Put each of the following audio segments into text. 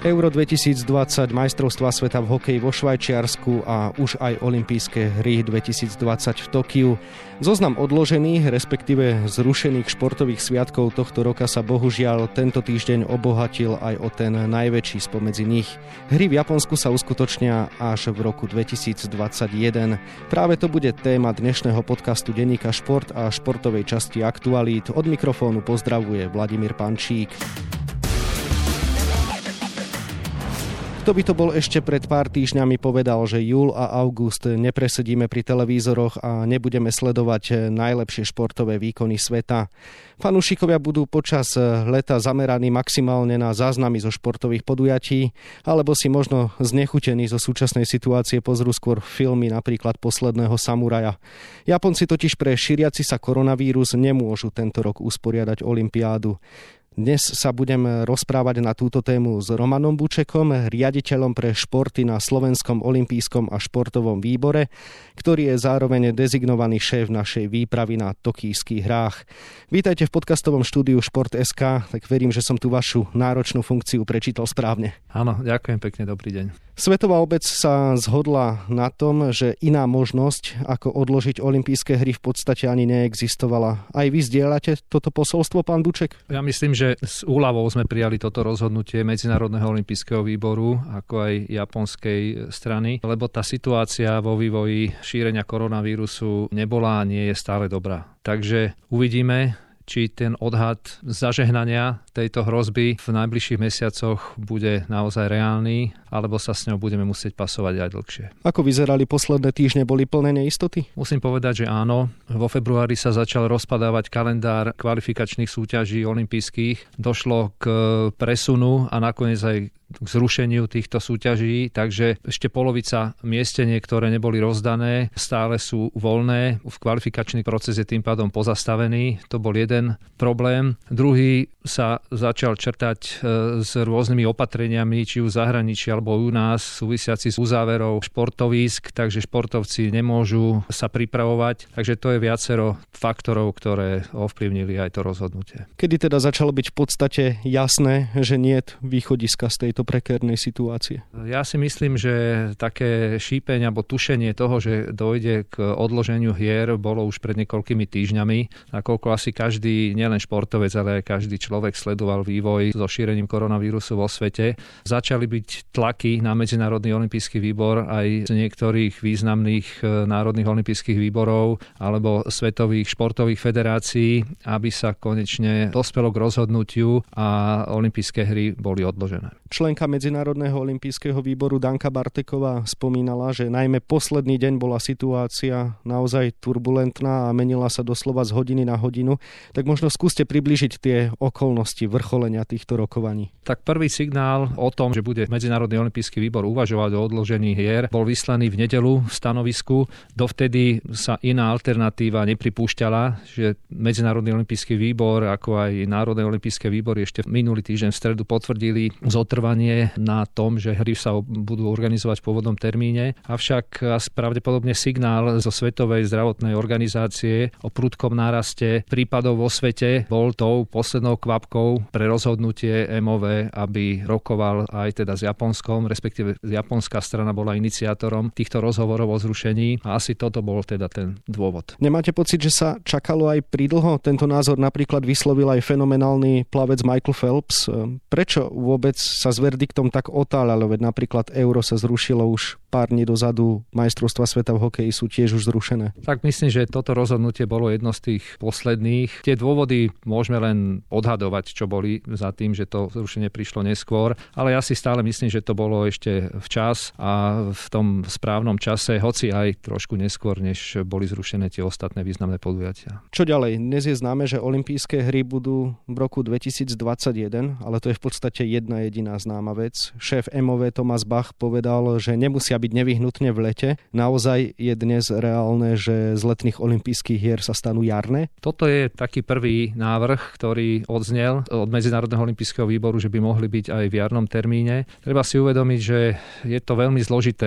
Euro 2020, majstrovstvá sveta v hokeji vo Švajčiarsku a už aj olympijské hry 2020 v Tokiu. Zoznam odložených, respektíve zrušených športových sviatkov tohto roka sa bohužiaľ tento týždeň obohatil aj o ten najväčší spomedzi nich. Hry v Japonsku sa uskutočnia až v roku 2021. Práve to bude téma dnešného podcastu denníka Šport a športovej časti Aktualít. Od mikrofónu pozdravuje Vladimír Pančík. Kto by to bol ešte pred pár týždňami povedal, že júl a august nepresedíme pri televízoroch a nebudeme sledovať najlepšie športové výkony sveta. Fanúšikovia budú počas leta zameraní maximálne na záznamy zo športových podujatí, alebo si možno znechutení zo súčasnej situácie pozrú skôr filmy, napríklad Posledného samuraja. Japonci totiž pre šíriaci sa koronavírus nemôžu tento rok usporiadať olympiádu. Dnes sa budem rozprávať na túto tému s Romanom Bučekom, riaditeľom pre športy na Slovenskom olympijskom a športovom výbore, ktorý je zároveň dezignovaný šéf našej výpravy na tokijských hrách. Vítajte v podcastovom štúdiu Šport.sk, tak verím, že som tu vašu náročnú funkciu prečítal správne. Áno, ďakujem pekne, dobrý deň. Svetová obec sa zhodla na tom, že iná možnosť, ako odložiť olympijské hry, v podstate ani neexistovala. Aj vy zdieľate toto posolstvo, pán Buček? Ja myslím, že s úľavou sme prijali toto rozhodnutie Medzinárodného olympijského výboru, ako aj japonskej strany, lebo tá situácia vo vývoji šírenia koronavírusu nebola a nie je stále dobrá. Takže uvidíme, či ten odhad zažehnania tejto hrozby v najbližších mesiacoch bude naozaj reálny, alebo sa s ňou budeme musieť pasovať aj dlhšie. Ako vyzerali posledné týždne, boli plné neistoty? Musím povedať, že áno. Vo februári sa začal rozpadávať kalendár kvalifikačných súťaží olympijských. Došlo k presunu a nakoniec aj k zrušeniu týchto súťaží, takže ešte polovica miesteniek, ktoré neboli rozdané, stále sú voľné. V kvalifikačný proces je tým pádom pozastavený. To bol jeden problém. Druhý sa začal črtať s rôznymi opatreniami, či už v zahraničí alebo u nás, súvisiaci s uzáverou športovísk, takže športovci nemôžu sa pripravovať. Takže to je viacero faktorov, ktoré ovplyvnili aj to rozhodnutie. Kedy teda začalo byť v podstate jasné, že niet východiska z tejto prekérnej situácie? Ja si myslím, že také šípenie alebo tušenie toho, že dojde k odloženiu hier, bolo už pred niekoľkými týždňami, nakoľko asi každý, nielen športovec, ale aj každý človek sledoval vývoj so šírením koronavírusu vo svete. Začali byť tlaky na Medzinárodný olympijský výbor aj z niektorých významných národných olympijských výborov alebo svetových športových federácií, aby sa konečne dospelo k rozhodnutiu a olympijské hry boli odložené. Členka Medzinárodného olympijského výboru Danka Barteková spomínala, že najmä posledný deň bola situácia naozaj turbulentná a menila sa doslova z hodiny na hodinu. Tak možno skúste priblížiť tie okolnosti vrcholenia týchto rokovaní. Tak prvý signál o tom, že bude Medzinárodný olympijský výbor uvažovať o odložení hier, bol vyslaný v nedeľu v stanovisku. Dovtedy sa iná alternatíva nepripúšťala, že Medzinárodný olympijský výbor, ako aj Národné olympijské výbory ešte minulý týždeň v stredu potvrdili zotrvanie na tom, že hry sa budú organizovať v pôvodnom termíne. Avšak pravdepodobne signál zo Svetovej zdravotnej organizácie o prudkom náraste prípadov vo svete bol tou poslednou kvapkou pre rozhodnutie MOV, aby rokoval aj teda s Japonskom, respektíve japonská strana bola iniciátorom týchto rozhovorov o zrušení a asi toto bol teda ten dôvod. Nemáte pocit, že sa čakalo aj pridlho? Tento názor napríklad vyslovil aj fenomenálny plavec Michael Phelps. Prečo vôbec sa s verdiktom tak otáľalo, veď napríklad Euro sa zrušilo už pár dní dozadu, majstrovstvá sveta v hokeji sú tiež už zrušené? Tak myslím, že toto rozhodnutie bolo jedno z tých posledných. Tie dôvody môžeme len odhadovať, čo boli za tým, že to zrušenie prišlo neskôr, ale ja si stále myslím, že to bolo ešte včas a v tom správnom čase, hoci aj trošku neskôr, než boli zrušené tie ostatné významné podujatia. Čo ďalej? Dnes je známe, že olympijské hry budú v roku 2021, ale to je v podstate jedna jediná známa vec. Šéf MOV Thomas Bach povedal, že nemusia byť nevyhnutne v lete. Naozaj je dnes reálne, že z letných olympijských hier sa stanú jarné? Toto je taký prvý návrh, ktorý odznel od Medzinárodného olympijského výboru, že by mohli byť aj v jarnom termíne. Treba si uvedomiť, že je to veľmi zložité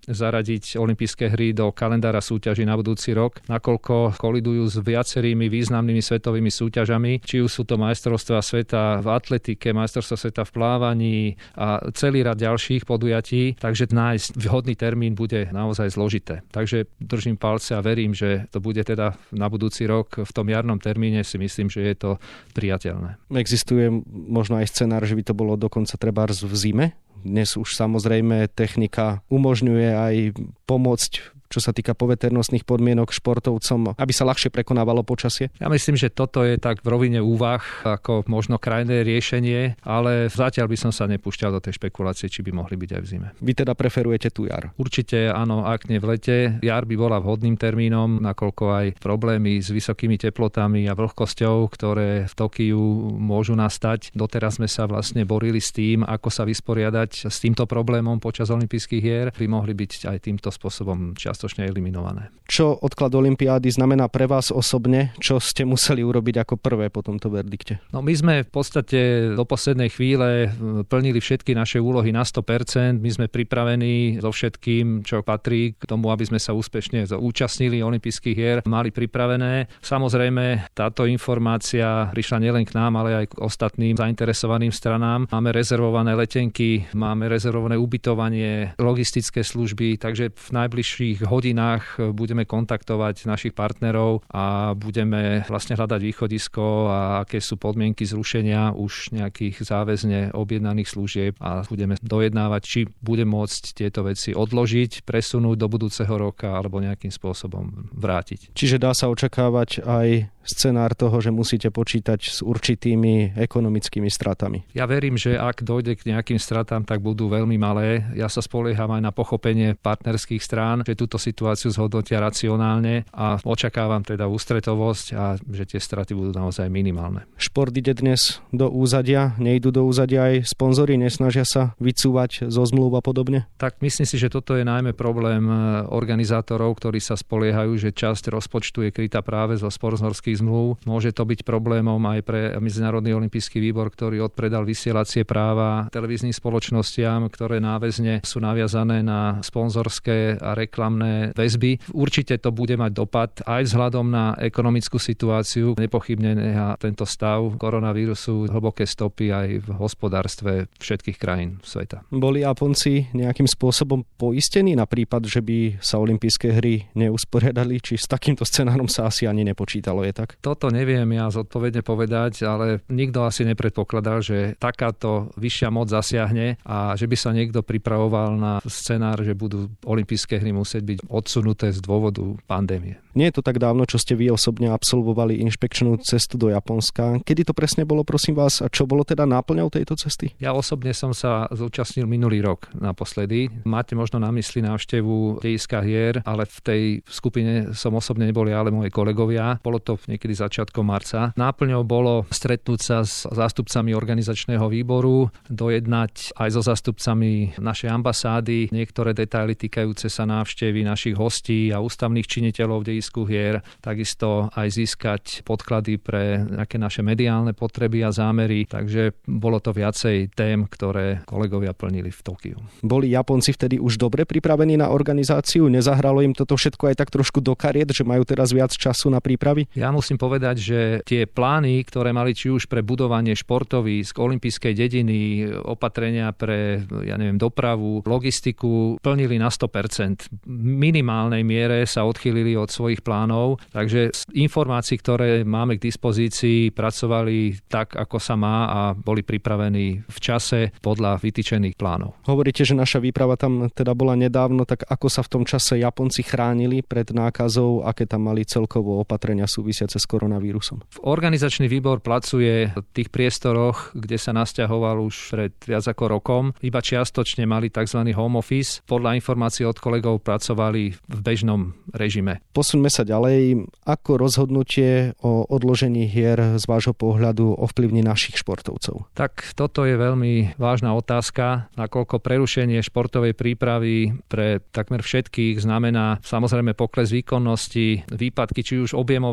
zaradiť olympijské hry do kalendára súťaží na budúci rok, nakoľko kolidujú s viacerými významnými svetovými súťažami, či už sú to majstrovstvá sveta v atletike, majstrovstvá sveta v plávaní a celý rad ďalších podujatí, takže nájsť vhodný termín bude naozaj zložité. Takže držím palce a verím, že to bude teda na budúci rok v tom jarnom termíne, si myslím, že je to priateľné. Existuje možno aj scenár, že by to bolo dokonca trebárs v zime? Dnes už samozrejme technika umožňuje aj pomôcť, čo sa týka poveternostných podmienok športovcom, aby sa ľahšie prekonávalo počasie? Ja myslím, že toto je tak v rovine úvah ako možno krajné riešenie, ale zatiaľ by som sa nepúšťal do tej špekulácie, či by mohli byť aj v zime. Vy teda preferujete tú jar? Určite áno, ak nie v lete. Jar by bola vhodným termínom, nakoľko aj problémy s vysokými teplotami a vlhkosťou, ktoré v Tokiu môžu nastať. Doteraz sme sa vlastne borili s tým, ako sa vysporiadať s týmto problémom počas olympijských hier, by mohli byť aj týmto spôsobom čiastočne eliminované. Čo odklad olympiády znamená pre vás osobne? Čo ste museli urobiť ako prvé po tomto verdikte? No my sme v podstate do poslednej chvíle plnili všetky naše úlohy na 100%. My sme pripravení so všetkým, čo patrí k tomu, aby sme sa úspešne zúčastnili olympijských hier, mali pripravené. Samozrejme, táto informácia prišla nielen k nám, ale aj k ostatným zainteresovaným stranám. Máme rezervované letenky, máme rezervované ubytovanie, logistické služby, takže v najbližších hodinách budeme kontaktovať našich partnerov a budeme vlastne hľadať východisko a aké sú podmienky zrušenia už nejakých záväzne objednaných služieb a budeme dojednávať, či bude môcť tieto veci odložiť, presunúť do budúceho roka alebo nejakým spôsobom vrátiť. Čiže dá sa očakávať aj scenár toho, že musíte počítať s určitými ekonomickými stratami. Ja verím, že ak dojde k nejakým stratám, tak budú veľmi malé. Ja sa spolieham aj na pochopenie partnerských strán, že túto situáciu zhodnotia racionálne a očakávam teda ústretovosť a že tie straty budú naozaj minimálne. Šport ide dnes do úzadia, nejdú do úzadia aj sponzori, nesnažia sa vycúvať zo zmluv a podobne? Tak myslím si, že toto je najmä problém organizátorov, ktorí sa spoliehajú, že časť rozpočtu je krytá práve zo sponzorských zmluv. Môže to byť problémom aj pre Medzinárodný olympijský výbor, ktorý odpredal vysielacie práva televíznym spoločnostiam, ktoré náväzne sú naviazané na sponzorské a reklamné väzby. Určite to bude mať dopad aj vzhľadom na ekonomickú situáciu. Nepochybne nechá tento stav koronavírusu hlboké stopy aj v hospodárstve všetkých krajín sveta. Boli Japonci nejakým spôsobom poistení na prípad, že by sa olympijské hry neusporiadali, či s takýmto scenárom sa asi ani nepočítalo, je tak? Toto neviem ja zodpovedne povedať, ale nikto asi nepredpokladal, že takáto vyššia moc zasiahne a že by sa niekto pripravoval na scenár, že budú olympijské hry musieť byť odsunuté z dôvodu pandémie. Nie je to tak dávno, čo ste vy osobne absolvovali inšpekčnú cestu do Japonska. Kedy to presne bolo, prosím vás, a čo bolo teda náplňou tejto cesty? Ja osobne som sa zúčastnil minulý rok naposledy. Máte možno na mysli návštevu dejiska hier, ale v tej skupine som osobne nebol ja, ale moji kolegovia. Bolo to niekedy začiatkom marca. Náplňou bolo stretnúť sa s zástupcami organizačného výboru, dojednať aj so zástupcami našej ambasády niektoré detaily týkajúce sa návštevy našich hostí a ústavných činiteľov dejisku hier, takisto aj získať podklady pre nejaké naše mediálne potreby a zámery, takže bolo to viacej tém, ktoré kolegovia plnili v Tokiu. Boli Japonci vtedy už dobre pripravení na organizáciu? Nezahralo im toto všetko aj tak trošku do kariet, že majú teraz viac času na prípravy? Ja musím povedať, že tie plány, ktoré mali či už pre budovanie športovísk, olympijskej dediny, opatrenia pre, dopravu, logistiku, plnili na 100%. V minimálnej miere sa odchýlili od svojich plánov, takže z informácií, ktoré máme k dispozícii, pracovali tak, ako sa má a boli pripravení v čase podľa vytýčených plánov. Hovoríte, že naša výprava tam teda bola nedávno, tak ako sa v tom čase Japonci chránili pred nákazou, aké tam mali celkovo opatrenia súvisiace s koronavírusom? Organizačný výbor pracuje v tých priestoroch, kde sa nasťahoval už pred viac ako rokom. Iba čiastočne mali tzv. Home office. Podľa informácií od kolegov pracovali v bežnom režime. Posuňme sa ďalej. Ako rozhodnutie o odložení hier z vášho pohľadu ovplyvní našich športovcov? Tak toto je veľmi vážna otázka, nakoľko prerušenie športovej prípravy pre takmer všetkých znamená samozrejme pokles výkonnosti, výpadky či už objemovej prípravy,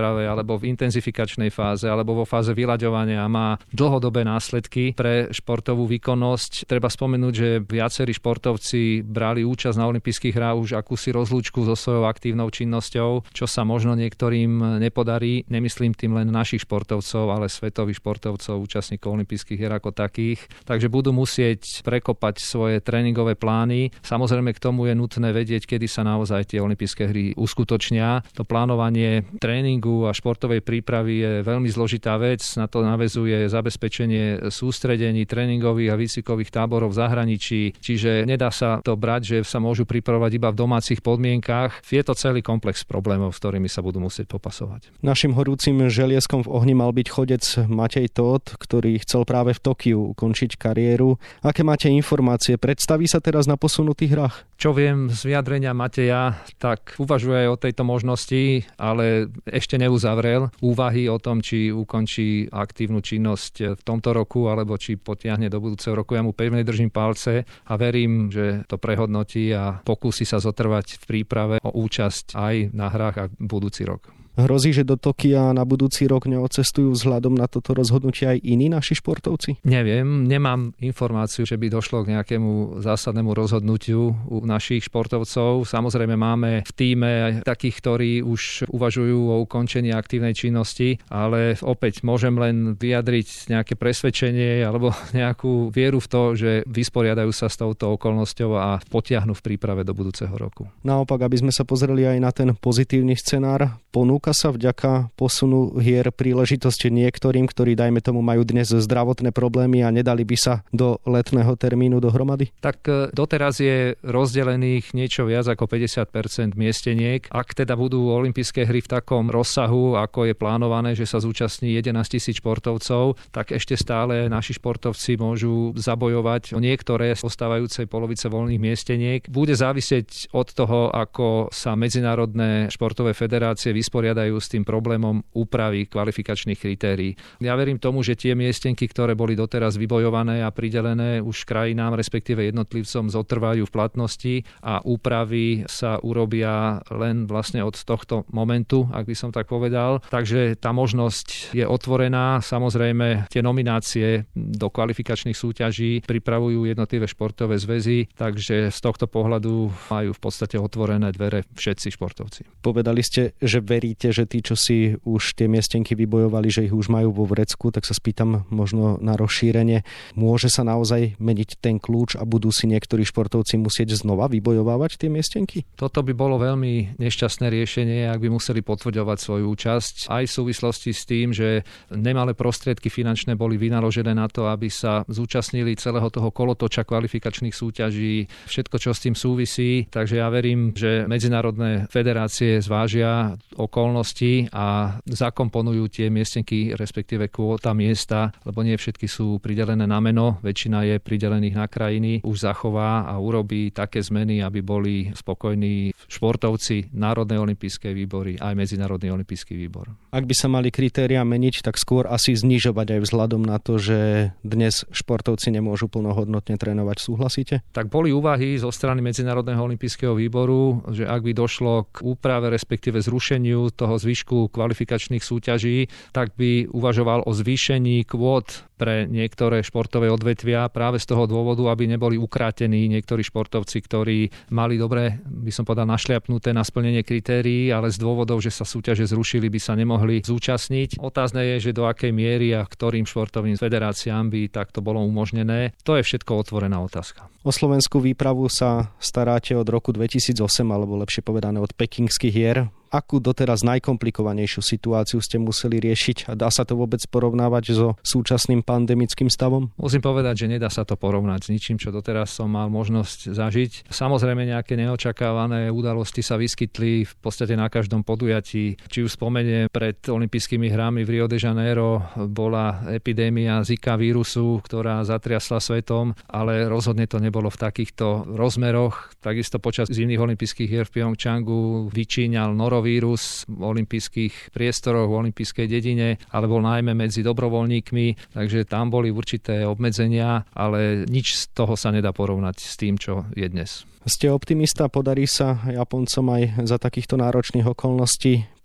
príprave alebo v intenzifikačnej fáze alebo vo fáze vyľaďovania má dlhodobé následky pre športovú výkonnosť. Treba spomenúť, že viacerí športovci brali účasť na olympijských hrách už akúsi rozlúčku so svojou aktívnou činnosťou, čo sa možno niektorým nepodarí. Nemyslím tým len našich športovcov, ale svetových športovcov, účastníkov olympijských hier ako takých. Takže budú musieť prekopať svoje tréningové plány. Samozrejme k tomu je nutné vedieť, kedy sa naozaj tie olympijské hry uskutočnia. To plánovanie tréningu a športovej prípravy je veľmi zložitá vec. Na to naväzuje zabezpečenie sústredení, tréningových a výcvikových táborov v zahraničí. Čiže nedá sa to brať, že sa môžu pripravovať iba v domácich podmienkach. Je to celý komplex problémov, s ktorými sa budú musieť popasovať. Našim horúcim želieskom v ohni mal byť chodec Matej Tóth, ktorý chcel práve v Tokiu ukončiť kariéru. Aké máte informácie? Predstaví sa teraz na posunutých hrách? Čo viem z vyjadrenia Mateja, tak uvažuje aj o tejto možnosti, ale ešte neuzavrel úvahy o tom, či ukončí aktívnu činnosť v tomto roku, alebo či potiahne do budúceho roku. Ja mu pevne držím palce a verím, že to prehodnotí a pokúsi sa zotrvať v príprave o účasť aj na hrách a budúci rok. Hrozí, že do Tokia na budúci rok neodcestujú vzhľadom na toto rozhodnutie aj iní naši športovci? Neviem, nemám informáciu, že by došlo k nejakému zásadnému rozhodnutiu u našich športovcov. Samozrejme máme v tíme aj takých, ktorí už uvažujú o ukončení aktívnej činnosti, ale opäť môžem len vyjadriť nejaké presvedčenie alebo nejakú vieru v to, že vysporiadajú sa s touto okolnosťou a potiahnu v príprave do budúceho roku. Naopak, aby sme sa pozreli aj na ten pozitívny scenár, ponúka sa vďaka posunu hier príležitosť niektorým, ktorí, dajme tomu, majú dnes zdravotné problémy a nedali by sa do letného termínu dohromady? Tak doteraz je rozdelených niečo viac ako 50% miesteniek. Ak teda budú olympijské hry v takom rozsahu, ako je plánované, že sa zúčastní 11 000 športovcov, tak ešte stále naši športovci môžu zabojovať o niektoré z ostávajúcej polovice voľných miesteniek. Bude závisieť od toho, ako sa medzinárodné športové federácie vysporiadajú s tým problémom úpravy kvalifikačných kritérií. Ja verím tomu, že tie miestenky, ktoré boli doteraz vybojované a pridelené už krajinám, respektíve jednotlivcom, zotrvajú v platnosti a úpravy sa urobia len vlastne od tohto momentu, ak by som tak povedal. Takže tá možnosť je otvorená. Samozrejme, tie nominácie do kvalifikačných súťaží pripravujú jednotlivé športové zväzy, takže z tohto pohľadu majú v podstate otvorené dvere všetci športovci. Povedali ste, že veríte, že tí, čo si už tie miestenky vybojovali, že ich už majú vo vrecku, tak sa spýtam možno na rozšírenie. Môže sa naozaj meniť ten kľúč a budú si niektorí športovci musieť znova vybojovávať tie miestenky? Toto by bolo veľmi nešťastné riešenie, ak by museli potvrďovať svoju účasť. Aj v súvislosti s tým, že nemalé prostriedky finančné boli vynaložené na to, aby sa zúčastnili celého toho kolotoča kvalifikačných súťaží, všetko, čo s tým súvisí. Takže ja verím, že medzinárodné federácie zvážia okolnosti a zakomponujú tie miestenky, respektíve kvóta miesta, lebo nie všetky sú pridelené na meno, väčšina je pridelených na krajiny, už zachová a urobí také zmeny, aby boli spokojní športovci, Národné olympijské výbory aj Medzinárodný olympijský výbor. Ak by sa mali kritériá meniť, tak skôr asi znižovať aj vzhľadom na to, že dnes športovci nemôžu plnohodnotne trénovať. Súhlasíte? Tak boli úvahy zo strany Medzinárodného olympijského výboru, že ak by došlo k úprave, respektíve zrušeniu toho zvyšku kvalifikačných súťaží, tak by uvažoval o zvýšení kvót pre niektoré športové odvetvia práve z toho dôvodu, aby neboli ukrátení niektorí športovci, ktorí mali dobre, by som povedal, našliapnuté na splnenie kritérií, ale z dôvodov, že sa súťaže zrušili, by sa nemohli zúčastniť. Otázne je, že do akej miery a ktorým športovým federáciám by takto bolo umožnené. To je všetko otvorená otázka. O slovenskú výpravu sa staráte od roku 2008, alebo lepšie povedané od pekingských hier. Akú doteraz najkomplikovanejšiu situáciu ste museli riešiť a dá sa to vôbec porovnávať so súčasným pandemickým stavom? Musím povedať, že nedá sa to porovnať s ničím, čo doteraz som mal možnosť zažiť. Samozrejme nejaké neočakávané udalosti sa vyskytli v podstate na každom podujatí. Či už spomeniem, pred olympijskými hrami v Rio de Janeiro bola epidémia Zika vírusu, ktorá zatriasla svetom, ale rozhodne to nebolo v takýchto rozmeroch. Takisto počas zimných olympijských hier v Pyeongchangu vyčíňal vírus v olympijských priestoroch, v olympijskej dedine, ale bol najmä medzi dobrovoľníkmi, takže tam boli určité obmedzenia, ale nič z toho sa nedá porovnať s tým, čo je dnes. Ste optimista, podarí sa Japoncom aj za takýchto náročných okolností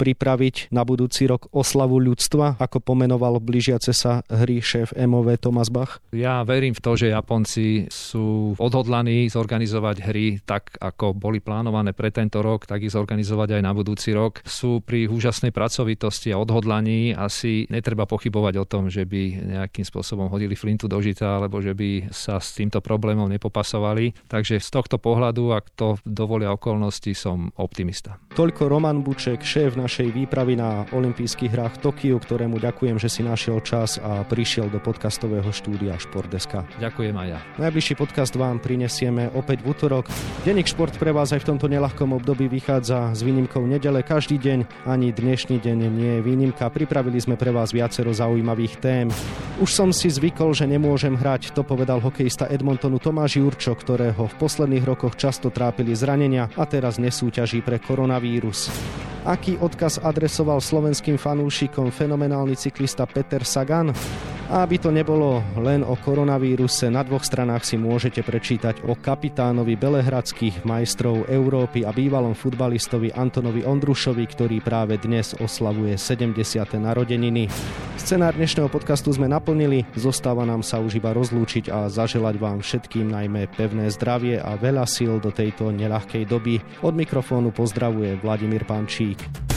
pripraviť na budúci rok oslavu ľudstva, ako pomenoval blížiace sa hry šéf MOV Thomas Bach? Ja verím v to, že Japonci sú odhodlaní zorganizovať hry tak, ako boli plánované pre tento rok, tak ich zorganizovať aj na budúci rok. Sú pri úžasnej pracovitosti a odhodlaní. Asi netreba pochybovať o tom, že by nejakým spôsobom hodili flintu do žita, alebo že by sa s týmto problémom nepopasovali. Takže z tohto pohľadu, ak to dovolia okolnosti, som optimista. Toľko Roman Buček, šéf našej výpravy na olympijských hrách v Tokiu, ktorému ďakujem, že si našiel čas a prišiel do podcastového štúdia Šport.sk. Ďakujem aj ja. Najbližší podcast vám prinesieme opäť v utorok. Denník Šport pre vás aj v tomto neľahkom období vychádza s výnimkou nedele každý deň. Ani dnešný deň nie je výnimka. Pripravili sme pre vás viacero zaujímavých tém. Už som si zvykol, že nemôžem hrať, to povedal hokejista Edmontonu Tomáš Jurčo, ktorého v posledných rokoch často trápili zranenia a teraz nesúťaží pre koronavírus. Aký odkaz adresoval slovenským fanúšikom fenomenálny cyklista Peter Sagan? A aby to nebolo len o koronavíruse, na dvoch stranách si môžete prečítať o kapitánovi belehradských majstrov Európy a bývalom futbalistovi Antonovi Ondrušovi, ktorý práve dnes oslavuje 70. narodeniny. Scenár dnešného podcastu sme naplnili, zostáva nám sa už iba rozlúčiť a zaželať vám všetkým najmä pevné zdravie a veľa síl do tejto neľahkej doby. Od mikrofónu pozdravuje Vladimír Pančík.